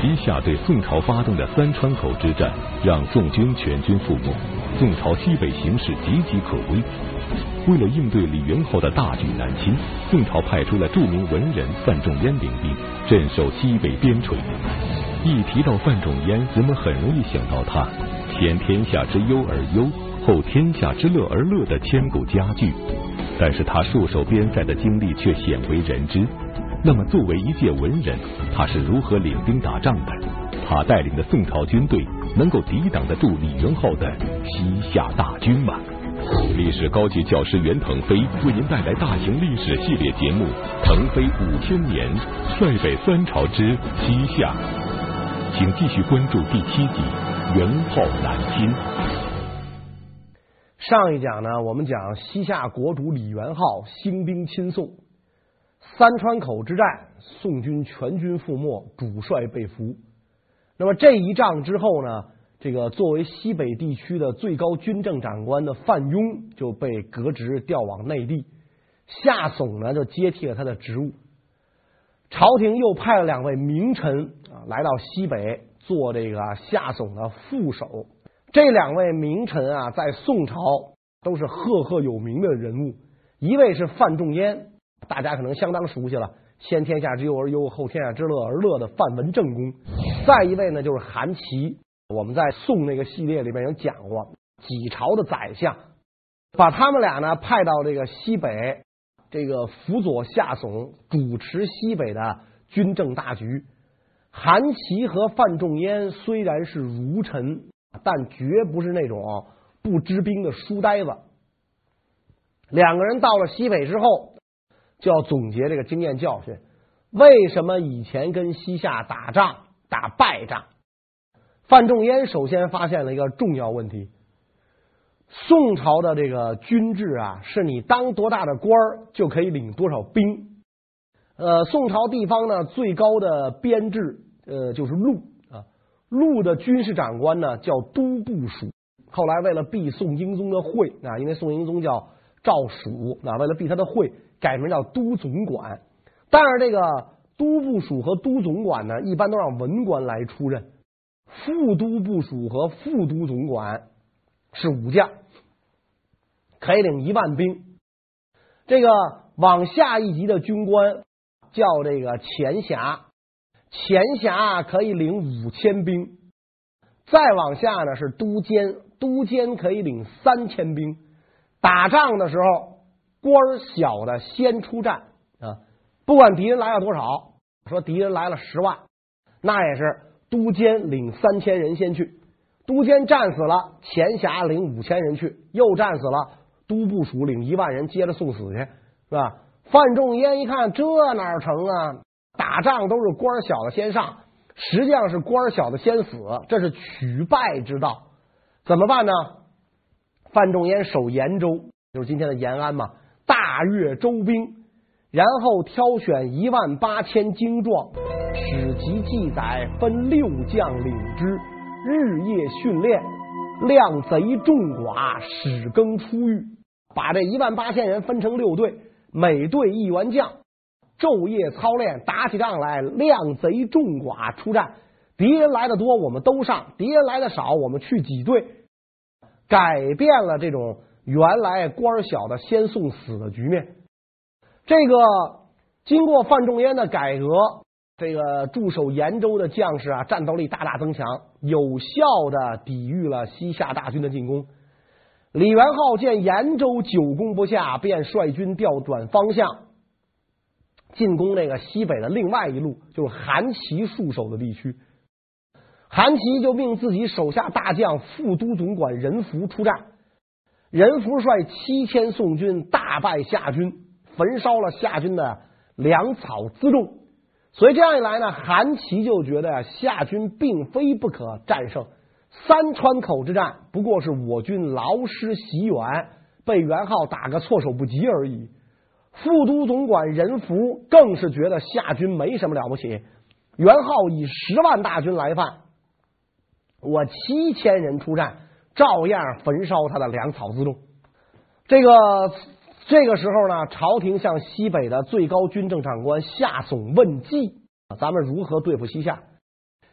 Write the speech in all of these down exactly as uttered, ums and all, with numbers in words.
西夏对宋朝发动的三川口之战，让宋军全军覆没，宋朝西北形势岌岌可危。为了应对李元昊的大举南侵，宋朝派出了著名文人范仲淹领兵，镇守西北边陲。一提到范仲淹，人们很容易想到他先天下之忧而忧，后天下之乐而乐的千古佳句。但是他戍守边塞的经历却鲜为人知。那么作为一介文人，他是如何领兵打仗的？他带领的宋朝军队能够抵挡得住李元昊的西夏大军吗？历史高级教师袁腾飞为您带来大型历史系列节目《腾飞五千年：率北三朝之西夏》，请继续关注第七集《元昊南侵》。 上一讲呢，我们讲西夏国主李元昊兴兵亲宋，三川口之战，宋军全军覆没，主帅被俘。那么这一仗之后呢，这个作为西北地区的最高军政长官的范雍就被革职调往内地，夏竦呢就接替了他的职务。朝廷又派了两位名臣啊来到西北做这个夏竦的副手。这两位名臣啊，在宋朝都是赫赫有名的人物。一位是范仲淹，大家可能相当熟悉了，先天下之忧而忧，后天下之乐而乐的范文正公。再一位呢，就是韩琦，我们在宋那个系列里面有讲过，几朝的宰相，把他们俩呢派到这个西北，这个辅佐夏竦主持西北的军政大局。韩琦和范仲淹虽然是儒臣，但绝不是那种不知兵的书呆子。两个人到了西北之后，就要总结这个经验教训。为什么以前跟西夏打仗打败仗？范仲淹首先发现了一个重要问题：宋朝的这个军制啊，是你当多大的官儿就可以领多少兵。呃，宋朝地方呢最高的编制呃就是路啊，路的军事长官呢叫都部署。后来为了避宋英宗的讳啊，因为宋英宗叫赵曙，那为了避他的讳，改名叫都总管。但是这个都部署和都总管呢，一般都让文官来出任。副都部署和副都总管是武将，可以领一万兵。这个往下一级的军官叫这个前辖，前辖可以领五千兵。再往下呢是都监，都监可以领三千兵。打仗的时候，官小的先出战啊，不管敌人来了多少，说敌人来了十万，那也是都监领三千人先去，都监战死了，前辖领五千人去，又战死了，都部署领一万人接着送死去，是吧？范仲淹一看这哪成啊？打仗都是官小的先上，实际上是官小的先死，这是取败之道。怎么办呢？范仲淹守延州，就是今天的延安嘛，大阅州兵，然后挑选一万八千精壮，史籍记载分六将领之，日夜训练，量贼众寡，使更出狱。把这一万八千人分成六队，每队一员将，昼夜操练，打起仗来量贼众寡出战。敌人来的多我们都上，敌人来的少我们去挤兑，改变了这种原来官小的先送死的局面。这个经过范仲淹的改革，这个驻守延州的将士啊，战斗力大大增强，有效的抵御了西夏大军的进攻。李元昊见延州久攻不下，便率军调转方向，进攻这个西北的另外一路，就是韩琦戍守的地区。韩琦就命自己手下大将副都总管任福出战，任福率七千宋军大败夏军，焚烧了夏军的粮草辎重。所以这样一来呢，韩琦就觉得夏军并非不可战胜，三川口之战不过是我军劳师袭远，被元昊打个措手不及而已。副都总管任福更是觉得夏军没什么了不起，元昊以十万大军来犯，我七千人出战，照样焚烧他的粮草辎重。这个这个时候呢，朝廷向西北的最高军政长官夏竦问计，咱们如何对付西夏？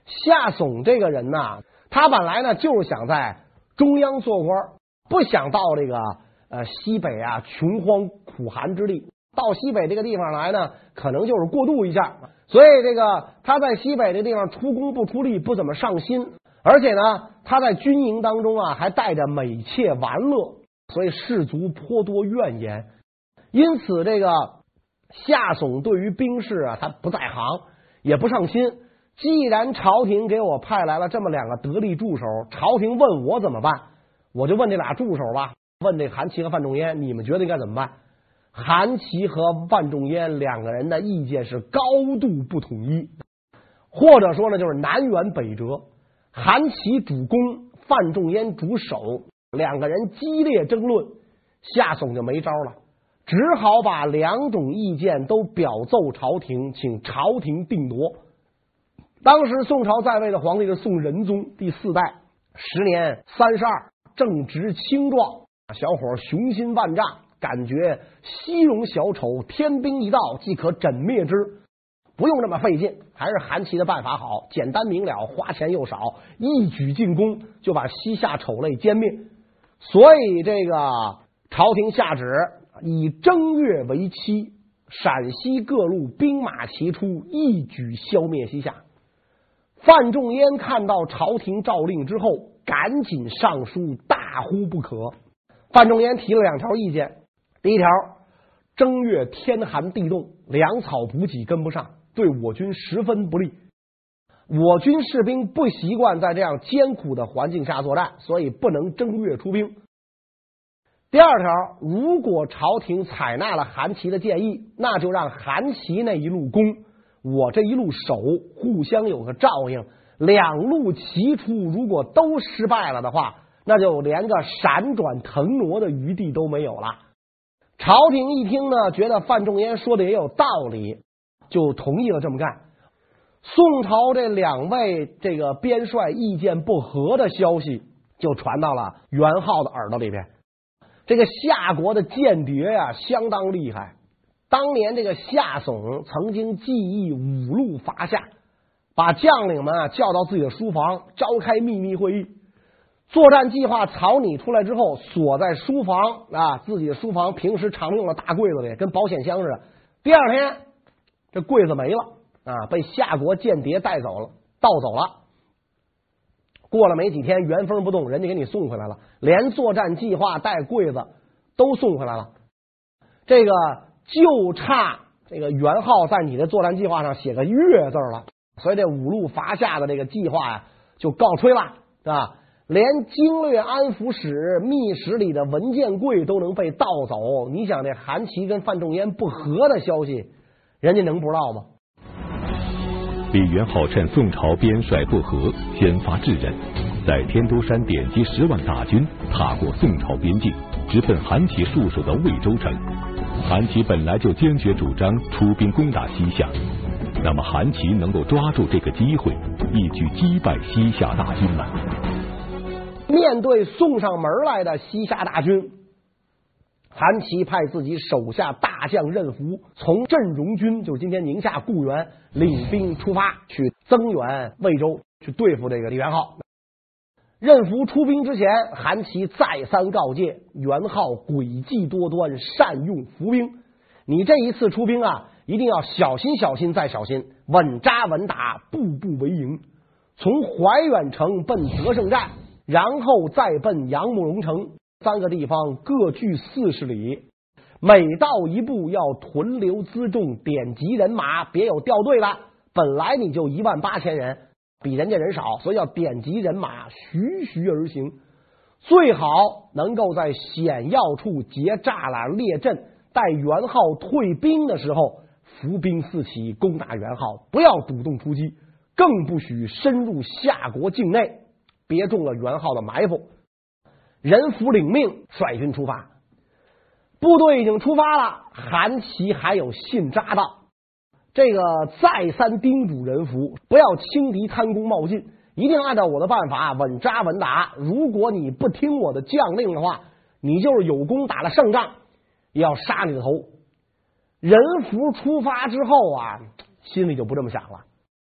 夏竦这个人呐，他本来呢就是想在中央做官，不想到这个呃西北啊穷荒苦寒之地。到西北这个地方来呢，可能就是过渡一下，所以这个他在西北这个地方出工不出力，不怎么上心，而且呢，他在军营当中啊还带着美妾玩乐，所以士卒颇多怨言。因此，这个夏竦对于兵事啊，他不在行，也不上心。既然朝廷给我派来了这么两个得力助手，朝廷问我怎么办，我就问这俩助手吧，问这韩琦和范仲淹，你们觉得应该怎么办？韩琦和范仲淹两个人的意见是高度不统一，或者说呢，就是南辕北辙。韩琦主攻，范仲淹主守，两个人激烈争论，夏竦就没招了，只好把两种意见都表奏朝廷，请朝廷定夺。当时宋朝在位的皇帝是宋仁宗第四代，时年三十二，正值青壮，小伙雄心万丈，感觉西戎小丑天兵一到即可枕灭之，不用这么费劲，还是韩琦的办法好，简单明了，花钱又少，一举进攻就把西夏丑类歼灭。所以这个朝廷下旨以正月为期，陕西各路兵马齐出，一举消灭西夏。范仲淹看到朝廷诏令之后，赶紧上书大呼不可。范仲淹提了两条意见，第一条，正月天寒地冻，粮草补给跟不上，对我军十分不利。我军士兵不习惯在这样艰苦的环境下作战，所以不能正月出兵。第二条，如果朝廷采纳了韩琦的建议，那就让韩琦那一路攻，我这一路守，互相有个照应。两路齐出，如果都失败了的话，那就连个闪转腾挪的余地都没有了。朝廷一听呢，觉得范仲淹说的也有道理，就同意了这么干。宋朝这两位这个边帅意见不合的消息就传到了元昊的耳朵里边。这个夏国的间谍呀、啊，相当厉害。当年这个夏竦曾经计议五路伐夏，把将领们啊叫到自己的书房，召开秘密会议，作战计划草拟出来之后，锁在书房啊，自己的书房平时常用的大柜子里，跟保险箱似的。第二天，这柜子没了啊，被夏国间谍带走了，盗走了。过了没几天，原封不动，人家给你送回来了，连作战计划带柜子都送回来了。这个就差这个元昊在你的作战计划上写个月字了，所以这五路伐夏的这个计划呀、啊、就告吹了，是吧？连经略安抚使密室里的文件柜都能被盗走，你想这韩琦跟范仲淹不和的消息，人家能不知道吗？ 李元昊趁宋朝边帅不和，先发制人，在天都山点击十万大军，踏过宋朝边境，直奔韩琦戍守的魏州城。韩琦本来就坚决主张出兵攻打西夏，那么韩琦能够抓住这个机会，一举击败西夏大军吗？ 面对送上门来的西夏大军，韩琦派自己手下大将任福从镇戎军，就是今天宁夏固原，领兵出发去增援魏州，去对付这个李元昊。任福出兵之前，韩琦再三告诫元昊诡计多端，善用伏兵。你这一次出兵啊，一定要小心小心再小心，稳扎稳打，步步为营。从怀远城奔德胜寨，然后再奔杨慕容城，三个地方各距四十里。每到一步要屯留辎重，点集人马，别有掉队了。本来你就一万八千人，比人家人少，所以要点集人马，徐徐而行。最好能够在险要处结栅栏列阵，待元昊退兵的时候，伏兵四起攻打元昊，不要主动出击，更不许深入夏国境内，别中了元昊的埋伏。任福领命，率军出发。部队已经出发了，韩琦还有信札到，这个再三叮嘱任福不要轻敌贪功冒进，一定按照我的办法稳扎稳打。如果你不听我的将令的话，你就是有功打了胜仗，也要杀你的头。任福出发之后啊，心里就不这么想了。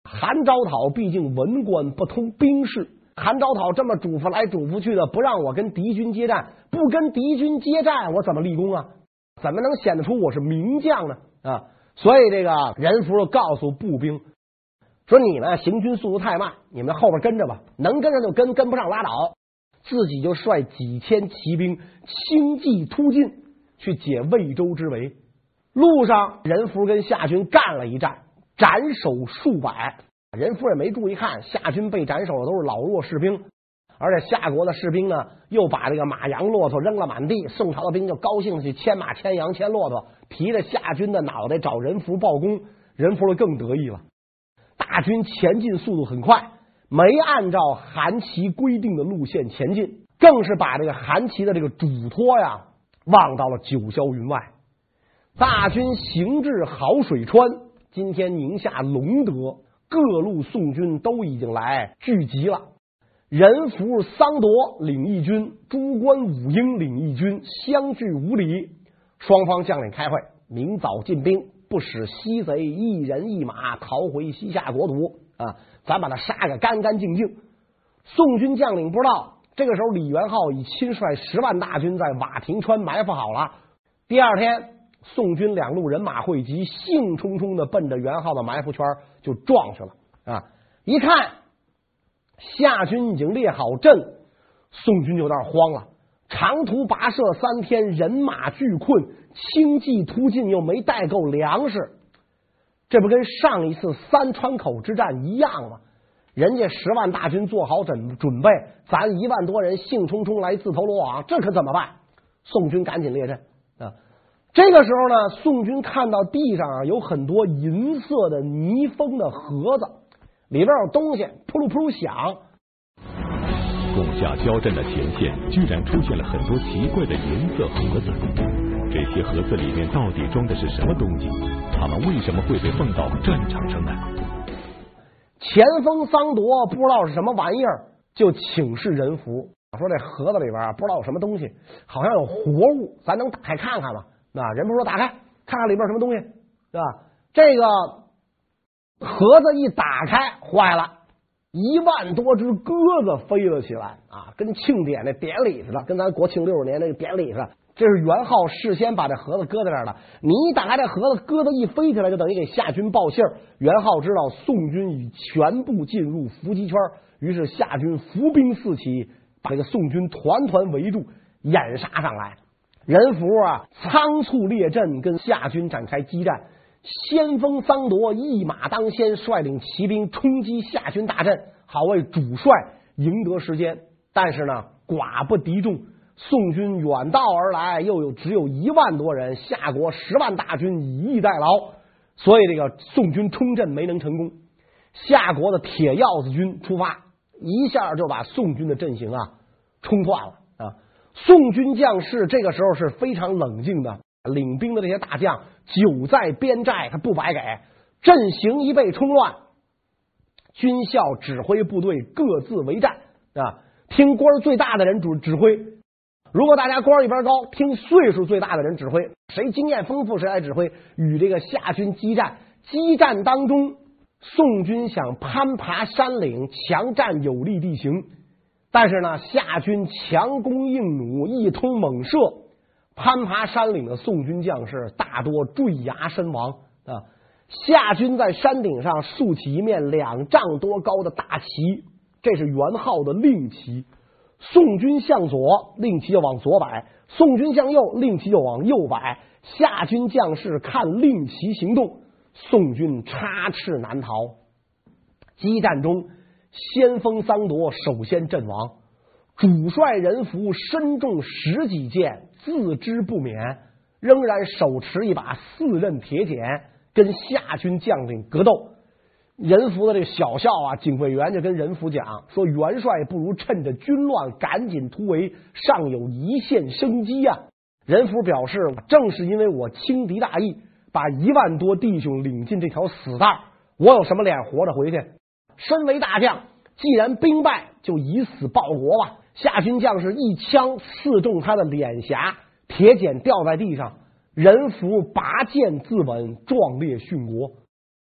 韩昭讨毕竟文官不通兵事，韩昭讨这么嘱咐来嘱咐去的，不让我跟敌军接战，不跟敌军接战，我怎么立功啊？怎么能显得出我是名将呢？啊！所以这个任福告诉步兵说：“你们行军速度太慢，你们后边跟着吧，能跟上就跟，跟不上拉倒。”自己就率几千骑兵轻骑突进，去解魏州之围。路上，任福跟夏军干了一战，斩首数百。任福也没注意看，夏军被斩首的都是老弱士兵，而且夏国的士兵呢，又把这个马羊骆驼扔了满地。宋朝的兵就高兴去牵马牵羊牵骆驼，提着夏军的脑袋找任福报功。任福就更得意了。大军前进速度很快，没按照韩琦规定的路线前进，更是把这个韩琦的这个嘱托呀忘到了九霄云外。大军行至好水川，今天宁夏隆德，各路宋军都已经来聚集了。任福、桑铎领一军，朱关、武英领一军，相距五里。双方将领开会，明早进兵，不使西贼一人一马逃回西夏国土啊！咱把他杀个干干净净。宋军将领不知道，这个时候李元昊已亲率十万大军在瓦亭川埋伏好了。第二天，宋军两路人马汇集，兴冲冲的奔着元昊的埋伏圈就撞去了啊！一看夏军已经列好阵，宋军就有点慌了。长途跋涉三天，人马俱困，轻骑突进又没带够粮食，这不跟上一次三川口之战一样吗？人家十万大军做好准准备，咱一万多人兴冲冲来自投罗网，这可怎么办？宋军赶紧列阵啊！这个时候呢，宋军看到地上啊有很多银色的泥封的盒子，里边有东西，扑噜扑噜响。 共夏交战的前线居然出现了很多奇怪的银色盒子，这些盒子里面到底装的是什么东西？他们为什么会被放到战场上呢？ 前锋桑铎不知道是什么玩意儿，就请示任福说：“这盒子里边不知道有什么东西，好像有活物，咱能打开看看吗？”那任福说：“打开，看看里边什么东西，对吧？”这个盒子一打开，坏了。一万多只鸽子飞了起来啊，跟庆典那典礼似的，跟咱国庆六十年那个典礼似的。这是元昊事先把这盒子搁在这儿的，你一打开这盒子，鸽子一飞起来，就等于给夏军报信儿。元昊知道宋军已全部进入伏击圈，于是夏军伏兵四起，把这个宋军团团围住，掩杀上来。任福啊，仓促列阵，跟夏军展开激战。先锋桑铎一马当先，率领骑兵冲击夏军大阵，好为主帅赢得时间。但是呢，寡不敌众，宋军远道而来，又有只有一万多人，夏国十万大军以逸待劳，所以这个宋军冲阵没能成功。夏国的铁鹞子军出发，一下就把宋军的阵型啊冲断了啊！宋军将士这个时候是非常冷静的。领兵的这些大将久在边寨，他不白给，阵型一被冲乱，军校指挥部队各自为战啊，听官最大的人主指挥。如果大家官一边高，听岁数最大的人指挥，谁经验丰富谁来指挥。与这个夏军激战，激战当中，宋军想攀爬山岭，强占有利地形，但是呢，夏军强弓硬弩，一通猛射。攀爬山岭的宋军将士大多坠崖身亡啊！夏军在山顶上竖起一面两丈多高的大旗，这是元昊的令旗。宋军向左，令旗就往左摆；宋军向右，令旗就往右摆。夏军将士看令旗行动，宋军插翅难逃。激战中，先锋桑铎首先阵亡。主帅任福身中十几箭，自知不免，仍然手持一把四刃铁锏，跟夏军将领格斗。任福的这个小校啊，警卫员就跟任福讲说：“元帅不如趁着军乱赶紧突围，尚有一线生机啊！”任福表示：“正是因为我轻敌大意，把一万多弟兄领进这条死道，我有什么脸活着回去？身为大将，既然兵败，就以死报国吧。”夏军将士一枪刺中他的脸颊，铁锏掉在地上，任福拔剑自刎，壮烈殉国。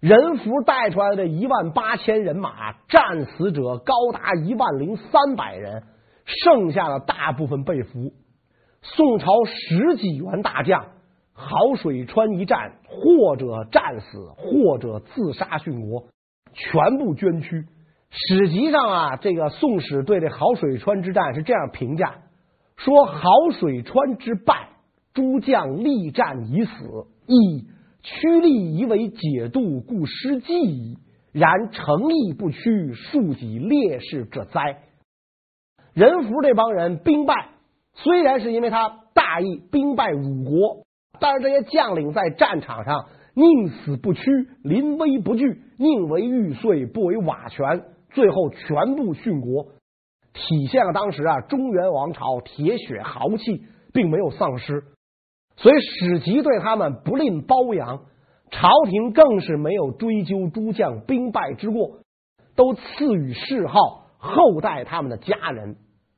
人符带出来的一万八千人马，战死者高达一万零三百人，剩下的大部分被俘。宋朝十几员大将，好水川一战，或者战死，或者自杀殉国，全部捐躯。史籍上啊，这个宋史对这好水川之战是这样评价，说好水川之败，诸将力战已死，亦驱力以为解度，故失计矣。然诚意不屈，庶几烈士者哉。人符这帮人兵败，虽然是因为他大意兵败辱国，但是这些将领在战场上宁死不屈，临危不惧，宁为玉碎，不为瓦全，最后全部殉国，体现了当时啊中原王朝铁血豪气并没有丧失。所以史籍对他们不吝褒扬，朝廷更是没有追究诸将兵败之过，都赐予谥号，厚待他们的家人。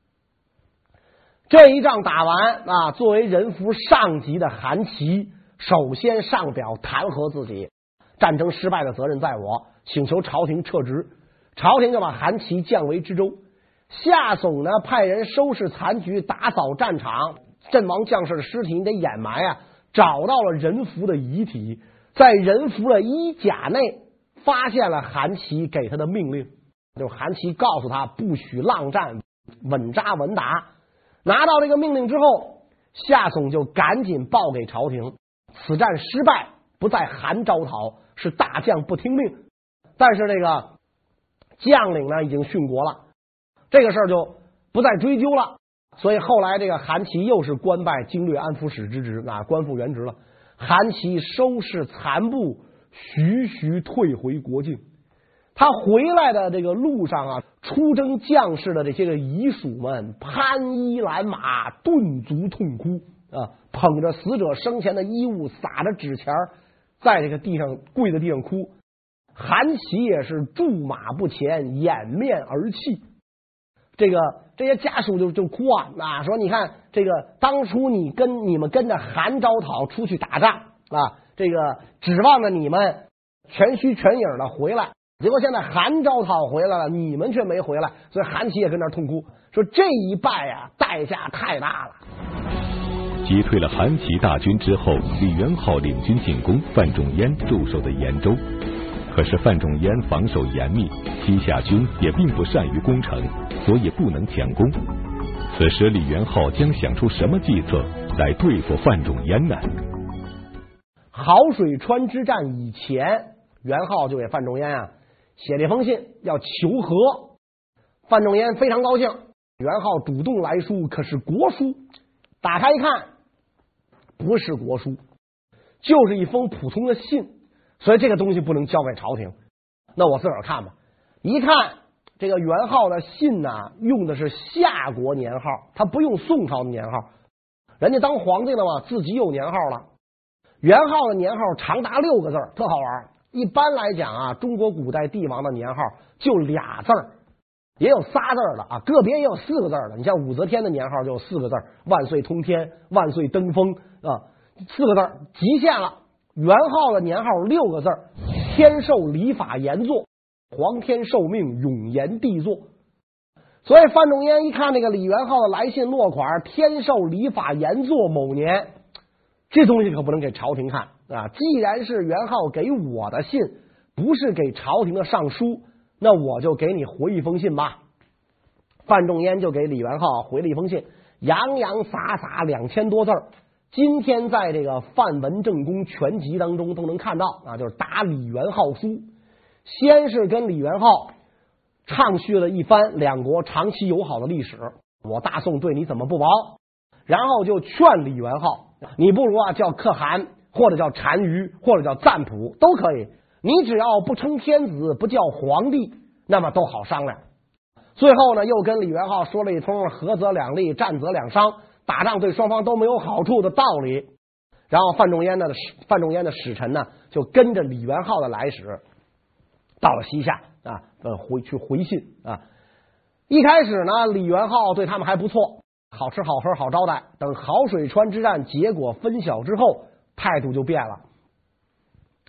这一仗打完啊，作为人符上级的韩琦首先上表弹劾自己，战争失败的责任在我，请求朝廷撤职。朝廷就把韩琦降为知州。夏竦呢，派人收拾残局，打扫战场，阵亡将士的尸体你得掩埋啊，找到了人符的遗体，在人符的衣甲内发现了韩琦给他的命令，就是韩琦告诉他不许浪战，稳扎稳打。拿到这个命令之后，夏竦就赶紧报给朝廷，此战失败不在韩招讨，是大将不听命。但是这个将领呢已经殉国了，这个事儿就不再追究了。所以后来这个韩琦又是官拜经略安抚使之职啊，官复原职了。韩琦收拾残部，徐徐退回国境。他回来的这个路上啊，出征将士的这些个遗属们攀衣拦马，顿足痛哭啊，捧着死者生前的衣物，撒着纸钱，在这个地上跪在地上哭。韩琦也是驻马不前，掩面而泣。这个这些家属就就哭啊啊，说你看这个当初你跟你们跟着韩招讨出去打仗啊，这个指望着你们全虚全影的回来，结果现在韩招讨回来了，你们却没回来，所以韩琦也跟那儿痛哭，说这一败啊，代价太大了。 击退了韩琦大军之后，李元昊领军进攻范仲淹驻守的延州。可是范仲淹防守严密，西夏军也并不善于攻城，所以不能强攻。此时李元昊将想出什么计策来对付范仲淹呢？ 好水川之战以前，元昊就给范仲淹啊写了一封信，要求和。范仲淹非常高兴，元昊主动来书，可是国书。打开一看，不是国书，就是一封普通的信。所以这个东西不能交给朝廷，那我自个儿看吧。一看这个元昊的信呢、啊，用的是夏国年号，他不用宋朝的年号。人家当皇帝了嘛，自己有年号了。元昊的年号长达六个字，特好玩。一般来讲啊，中国古代帝王的年号就俩字儿，也有仨字儿的啊，个别也有四个字的。你像武则天的年号就有四个字，万岁通天，万岁登封啊，四个字极限了。元昊的年号六个字，天授礼法严作，皇天受命，永延帝作。所以范仲淹一看这个李元昊的来信落款，天授礼法严作某年，这东西可不能给朝廷看啊！既然是元昊给我的信，不是给朝廷的上书，那我就给你回一封信吧。范仲淹就给李元昊回了一封信，洋洋洒洒两千多字儿。今天在这个《范文正公全集》当中都能看到啊，就是答李元昊书。先是跟李元昊畅叙了一番两国长期友好的历史，我大宋对你怎么不薄，然后就劝李元昊，你不如啊叫可汗，或者叫单于，或者叫赞普都可以，你只要不称天子，不叫皇帝，那么都好商量。最后呢，又跟李元昊说了一通和则两利，战则两伤，打仗对双方都没有好处的道理。然后范仲淹的范仲淹的使臣呢，就跟着李元昊的来使到了西夏啊，呃，回去回信啊。一开始呢，李元昊对他们还不错，好吃好喝好招待。等好水川之战结果分晓之后，态度就变了。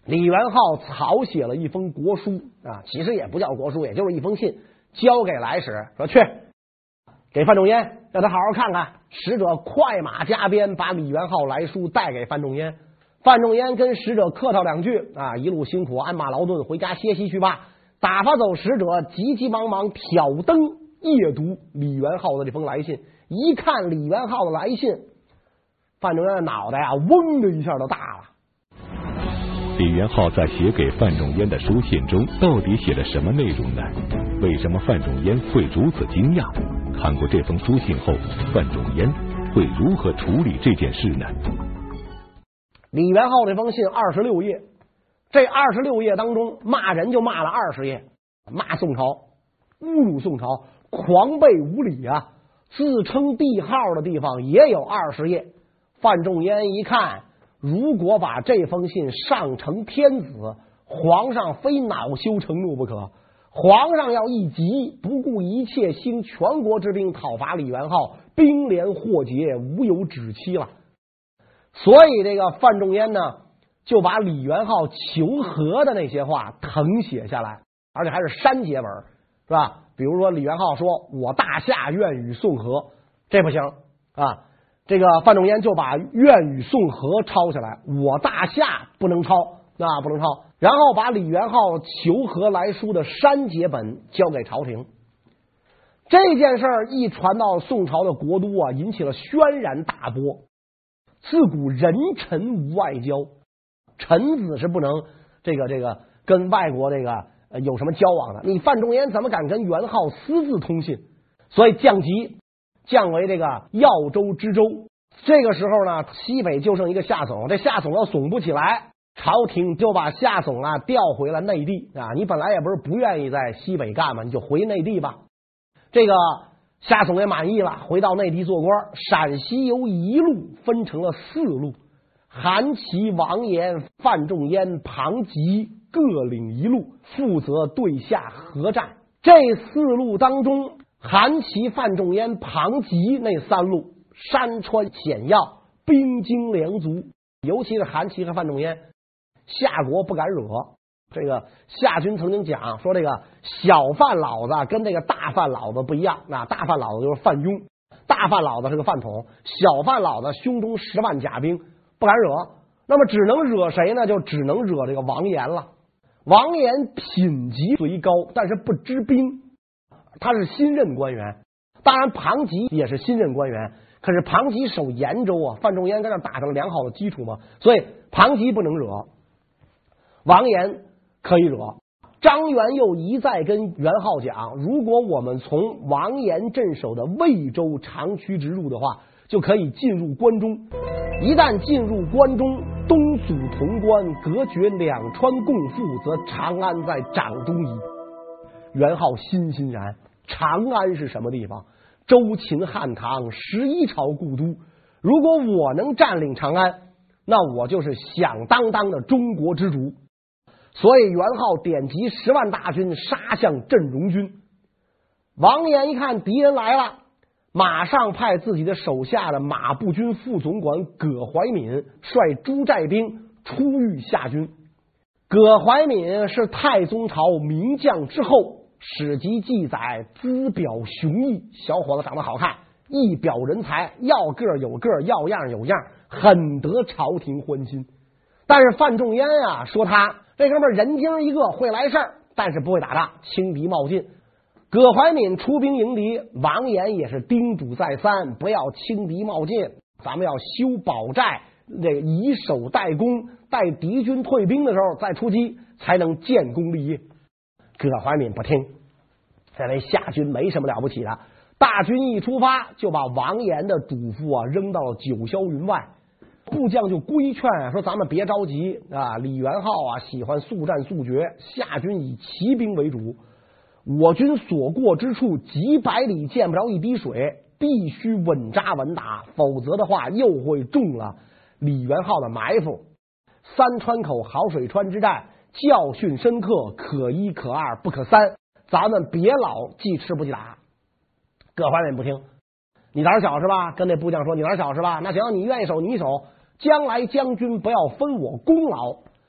李元昊草写了一封国书啊，其实也不叫国书，也就是一封信，交给来使，说去给范仲淹，让他好好看看。使者快马加鞭，把李元昊来书带给范仲淹。范仲淹跟使者客套两句啊，一路辛苦，鞍马劳顿，回家歇息去吧。打发走使者，急急忙忙挑灯夜读李元昊的这封来信。一看李元昊的来信，范仲淹的脑袋啊，嗡的一下就大了。 李元昊在写给范仲淹的书信中，到底写了什么内容呢？为什么范仲淹会如此惊讶？看过这封书信后，范仲淹会如何处理这件事呢？ 李元昊这封信二十六页，这二十六页当中骂人就骂了二十页，骂宋朝，侮辱宋朝，狂悖无理啊！自称帝号的地方也有二十页。范仲淹一看，如果把这封信上呈天子，皇上非恼羞成怒不可。皇上要一急，不顾一切，兴全国之兵讨伐李元昊，兵连祸结，无有止期了。所以这个范仲淹呢，就把李元昊求和的那些话誊写下来，而且还是删节文，是吧？比如说李元昊说我大夏愿与宋和，这不行啊。这个范仲淹就把愿与宋和抄下来，我大夏不能抄，那不能抄。然后把李元昊求和来书的删节本交给朝廷。这件事儿一传到宋朝的国都啊，引起了轩然大波。自古人臣无外交，臣子是不能这个这个跟外国这个、呃、有什么交往的。你范仲淹怎么敢跟元昊私自通信？所以降级，降为这个耀州知州。这个时候呢，西北就剩一个夏竦，这夏竦要耸不起来，朝廷就把夏竦啊调回了内地啊。你本来也不是不愿意在西北干嘛，你就回内地吧。这个夏竦也满意了，回到内地做官。陕西由一路分成了四路，韩琦、王延、范仲淹、庞吉各领一路，负责对夏合战。这四路当中，韩琦、范仲淹、庞吉那三路山川险要，兵精粮足，尤其是韩琦和范仲淹，夏国不敢惹。这个夏军曾经讲说，这个小范老子跟这个大范老子不一样，那大范老子就是范雍，大范老子是个饭桶，小范老子胸中十万甲兵，不敢惹。那么只能惹谁呢？就只能惹这个王延了。王延品级虽高，但是不知兵，他是新任官员。当然庞吉也是新任官员，可是庞吉守延州啊，范仲淹跟那打上了良好的基础嘛，所以庞吉不能惹，王延可以惹。张元又一再跟元昊讲，如果我们从王延镇守的魏州长驱直入的话，就可以进入关中。一旦进入关中，东阻潼关，隔绝两川共赴，则长安在掌中矣。元昊欣欣然，长安是什么地方？周秦汉唐十一朝故都，如果我能占领长安，那我就是响当当的中国之主。所以元昊点集十万大军杀向镇戎军。王延一看敌人来了，马上派自己的手下的马步军副总管葛怀敏率诸寨兵出遇夏军。葛怀敏是太宗朝名将之后，史籍记载姿表雄毅，小伙子长得好看，一表人才，要个有个，要样有样，很得朝廷欢心。但是范仲淹啊说他这哥们人精一个，会来事儿，但是不会打仗，轻敌冒进。葛怀敏出兵迎敌，王延也是叮嘱再三，不要轻敌冒进，咱们要修堡寨，这个以守待攻，待敌军退兵的时候再出击，才能建功立业。葛怀敏不听，认为夏军没什么了不起的，大军一出发就把王延的嘱咐啊扔到了九霄云外。部将就规劝啊，说咱们别着急啊，李元昊啊喜欢速战速决，夏军以骑兵为主，我军所过之处几百里见不着一滴水，必须稳扎稳打，否则的话又会中了李元昊的埋伏。三川口好水川之战教训深刻，可一可二不可三，咱们别老既吃不记打。葛怀敏不听，你胆小是吧？跟那部将说你胆小是吧？那行，你愿意守你守，将来将军不要分我功劳。部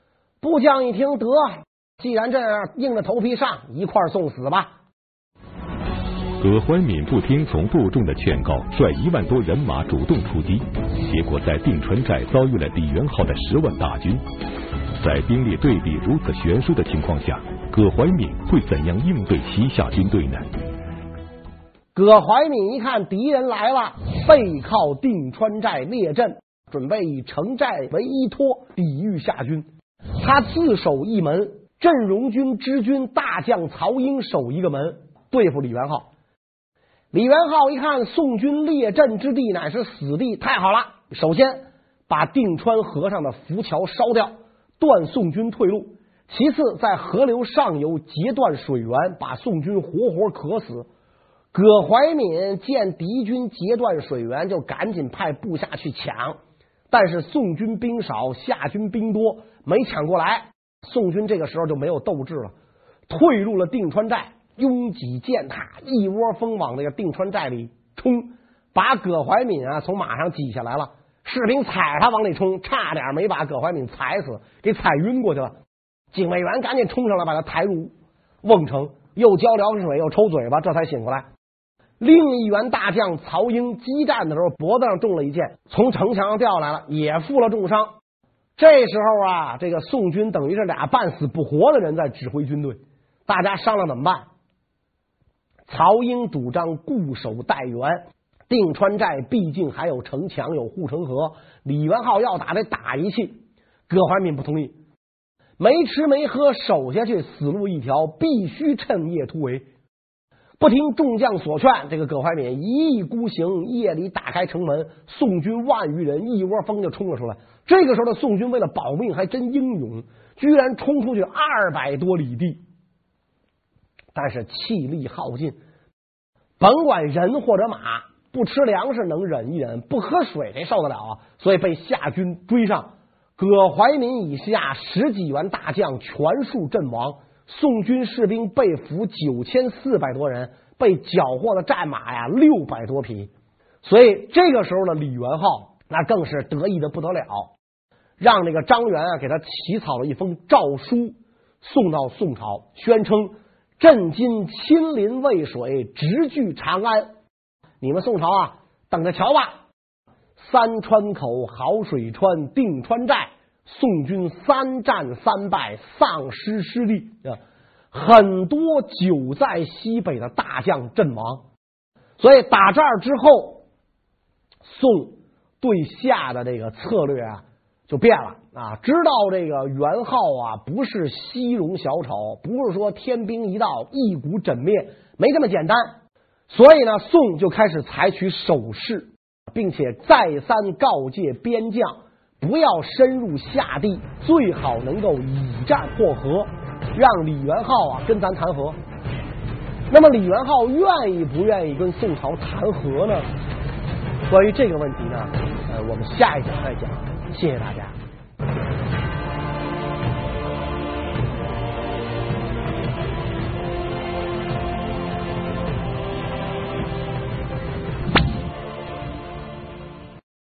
部将一听，得，既然这样，硬着头皮上，一块送死吧。 葛怀敏不听从部众的劝告，率一万多人马主动出击，结果在定川寨遭遇了李元昊的十万大军。在兵力对比如此悬殊的情况下，葛怀敏会怎样应对西夏军队呢？ 葛怀敏一看敌人来了，背靠定川寨列阵，准备以城寨为依托抵御夏军。他自守一门，镇戎军支军大将曹英守一个门，对付李元昊。李元昊一看宋军列阵之地乃是死地，太好了，首先把定川河上的浮桥烧掉，断宋军退路。其次在河流上游截断水源，把宋军活活渴死。葛怀敏见敌军截断水源，就赶紧派部下去抢，但是宋军兵少，夏军兵多，没抢过来。宋军这个时候就没有斗志了，退入了定川寨，拥挤践踏，一窝蜂往那个定川寨里冲，把葛怀敏啊从马上挤下来了。士兵踩着他往里冲，差点没把葛怀敏踩死，给踩晕过去了。警卫员赶紧冲上来把他抬入瓮城，又浇凉水又抽嘴巴，这才醒过来。另一员大将曹英激战的时候脖子上中了一箭，从城墙上掉下来了，也负了重伤。这时候啊，这个宋军等于是俩半死不活的人在指挥军队，大家商量怎么办。曹英主张固守待援，定川寨毕竟还有城墙有护城河，李元昊要打得打一气。葛怀敏不同意，没吃没喝守下去，死路一条，必须趁夜突围。不听众将所劝，这个葛怀敏一意孤行，夜里打开城门，宋军万余人一窝蜂就冲了出来。这个时候的宋军为了保命还真英勇，居然冲出去二百多里地，但是气力耗尽，甭管人或者马，不吃粮食能忍一忍，不喝水谁受得了啊？所以被夏军追上，葛怀敏以下十几员大将全数阵亡。宋军士兵被俘九千四百多人，被缴获的战马呀六百多匹。所以这个时候的李元昊那更是得意的不得了，让这个张元啊给他起草了一封诏书，送到宋朝，宣称朕今亲临渭水，直据长安，你们宋朝啊等着瞧吧。三川口、好水川、定川寨，宋军三战三败，丧失失地，很多久在西北的大将阵亡。所以打这儿之后，宋对夏的这个策略啊就变了啊，知道这个元昊啊不是西戎小丑，不是说天兵一到一鼓枕灭，没这么简单。所以呢，宋就开始采取守势，并且再三告诫边将不要深入夏地，最好能够以战破和，让李元昊啊跟咱谈和。那么李元昊愿意不愿意跟宋朝谈和呢？关于这个问题呢，呃，我们下一讲再讲。谢谢大家。